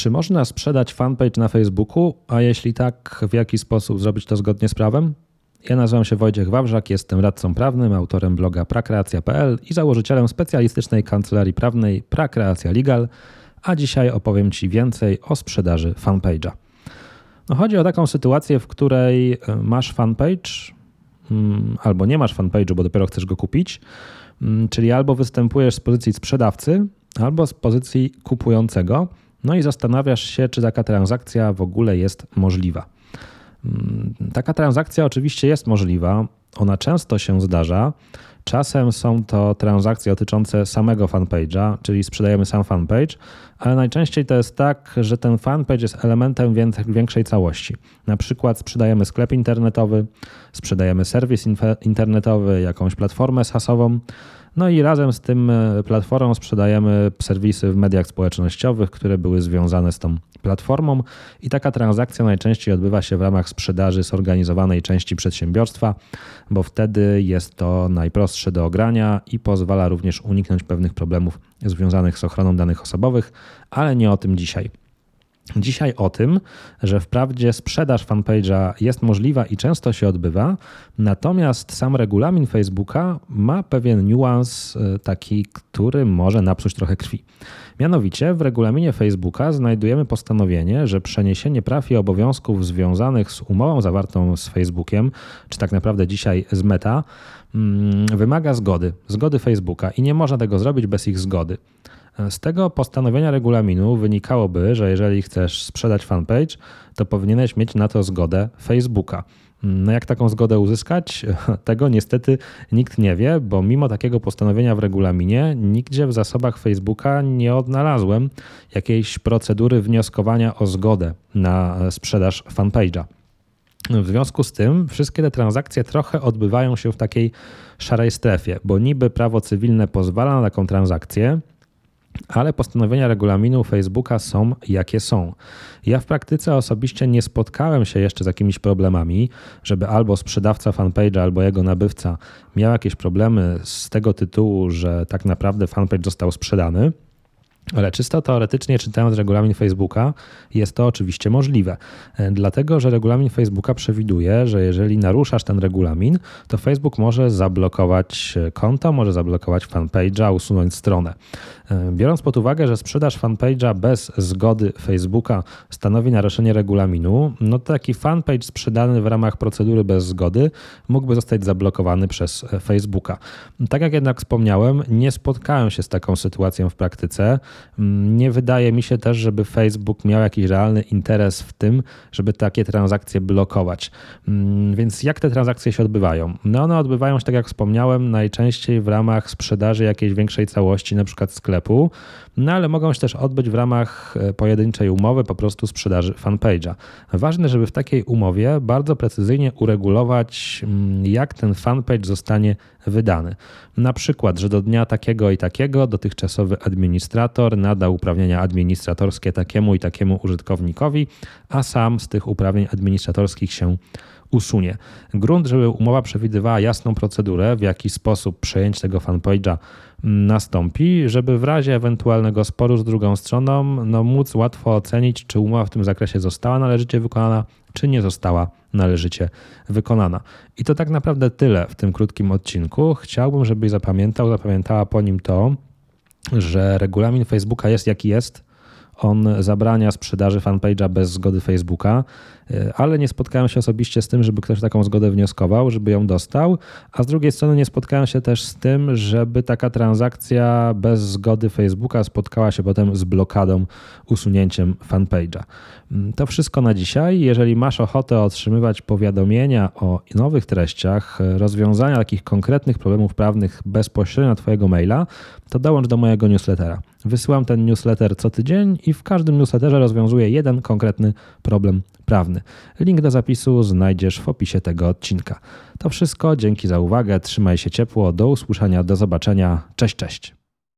Czy można sprzedać fanpage na Facebooku, a jeśli tak, w jaki sposób zrobić to zgodnie z prawem? Ja nazywam się Wojciech Wawrzak, jestem radcą prawnym, autorem bloga prakreacja.pl i założycielem specjalistycznej kancelarii prawnej Prakreacja Legal, a dzisiaj opowiem Ci więcej o sprzedaży fanpage'a. Chodzi o taką sytuację, w której masz fanpage albo nie masz fanpage'u, bo dopiero chcesz go kupić, czyli albo występujesz z pozycji sprzedawcy, albo z pozycji kupującego, no i zastanawiasz się, czy taka transakcja w ogóle jest możliwa. Taka transakcja oczywiście jest możliwa, ona często się zdarza. Czasem są to transakcje dotyczące samego fanpage'a, czyli sprzedajemy sam fanpage, ale najczęściej to jest tak, że ten fanpage jest elementem większej całości. Na przykład sprzedajemy sklep internetowy, sprzedajemy serwis internetowy, jakąś platformę SaaS-ową, no i razem z tym platformą sprzedajemy serwisy w mediach społecznościowych, które były związane z tą platformą i taka transakcja najczęściej odbywa się w ramach sprzedaży zorganizowanej części przedsiębiorstwa, bo wtedy jest to najprostsze do ogrania i pozwala również uniknąć pewnych problemów związanych z ochroną danych osobowych, ale nie o tym dzisiaj. Dzisiaj o tym, że wprawdzie sprzedaż fanpage'a jest możliwa i często się odbywa, natomiast sam regulamin Facebooka ma pewien niuans taki, który może napsuć trochę krwi. Mianowicie w regulaminie Facebooka znajdujemy postanowienie, że przeniesienie praw i obowiązków związanych z umową zawartą z Facebookiem, czy tak naprawdę dzisiaj z Meta, wymaga zgody Facebooka i nie można tego zrobić bez ich zgody. Z tego postanowienia regulaminu wynikałoby, że jeżeli chcesz sprzedać fanpage, to powinieneś mieć na to zgodę Facebooka. No jak taką zgodę uzyskać? Tego niestety nikt nie wie, bo mimo takiego postanowienia w regulaminie nigdzie w zasobach Facebooka nie odnalazłem jakiejś procedury wnioskowania o zgodę na sprzedaż fanpage'a. W związku z tym wszystkie te transakcje trochę odbywają się w takiej szarej strefie, bo niby prawo cywilne pozwala na taką transakcję, ale postanowienia regulaminu Facebooka są jakie są. Ja w praktyce osobiście nie spotkałem się jeszcze z jakimiś problemami, żeby albo sprzedawca fanpage'a, albo jego nabywca miał jakieś problemy z tego tytułu, że tak naprawdę fanpage został sprzedany. Ale czysto teoretycznie, czytając regulamin Facebooka, jest to oczywiście możliwe. Dlatego, że regulamin Facebooka przewiduje, że jeżeli naruszasz ten regulamin, to Facebook może zablokować konto, może zablokować fanpage'a, usunąć stronę. Biorąc pod uwagę, że sprzedaż fanpage'a bez zgody Facebooka stanowi naruszenie regulaminu, no to taki fanpage sprzedany w ramach procedury bez zgody mógłby zostać zablokowany przez Facebooka. Tak jak jednak wspomniałem, nie spotkałem się z taką sytuacją w praktyce. Nie wydaje mi się też, żeby Facebook miał jakiś realny interes w tym, żeby takie transakcje blokować. Więc jak te transakcje się odbywają? No one odbywają się, tak jak wspomniałem, najczęściej w ramach sprzedaży jakiejś większej całości, na przykład sklepu, no ale mogą się też odbyć w ramach pojedynczej umowy, po prostu sprzedaży fanpage'a. Ważne, żeby w takiej umowie bardzo precyzyjnie uregulować, jak ten fanpage zostanie wydany. Na przykład, że do dnia takiego i takiego dotychczasowy administrator nada uprawnienia administratorskie takiemu i takiemu użytkownikowi, a sam z tych uprawnień administratorskich się usunie. Grunt, żeby umowa przewidywała jasną procedurę, w jaki sposób przejęcie tego fanpage'a nastąpi, żeby w razie ewentualnego sporu z drugą stroną móc łatwo ocenić, czy umowa w tym zakresie została należycie wykonana, czy nie została należycie wykonana. I to tak naprawdę tyle w tym krótkim odcinku. Chciałbym, żebyś zapamiętała po nim to, że regulamin Facebooka jest jaki jest. On zabrania sprzedaży fanpage'a bez zgody Facebooka, ale nie spotkałem się osobiście z tym, żeby ktoś taką zgodę wnioskował, żeby ją dostał, a z drugiej strony nie spotkałem się też z tym, żeby taka transakcja bez zgody Facebooka spotkała się potem z blokadą, usunięciem fanpage'a. To wszystko na dzisiaj. Jeżeli masz ochotę otrzymywać powiadomienia o nowych treściach, rozwiązania takich konkretnych problemów prawnych bezpośrednio na Twojego maila, to dołącz do mojego newslettera. Wysyłam ten newsletter co tydzień i w każdym newsletterze rozwiązuję jeden konkretny problem prawny. Link do zapisu znajdziesz w opisie tego odcinka. To wszystko, dzięki za uwagę, trzymaj się ciepło, do usłyszenia, do zobaczenia, cześć.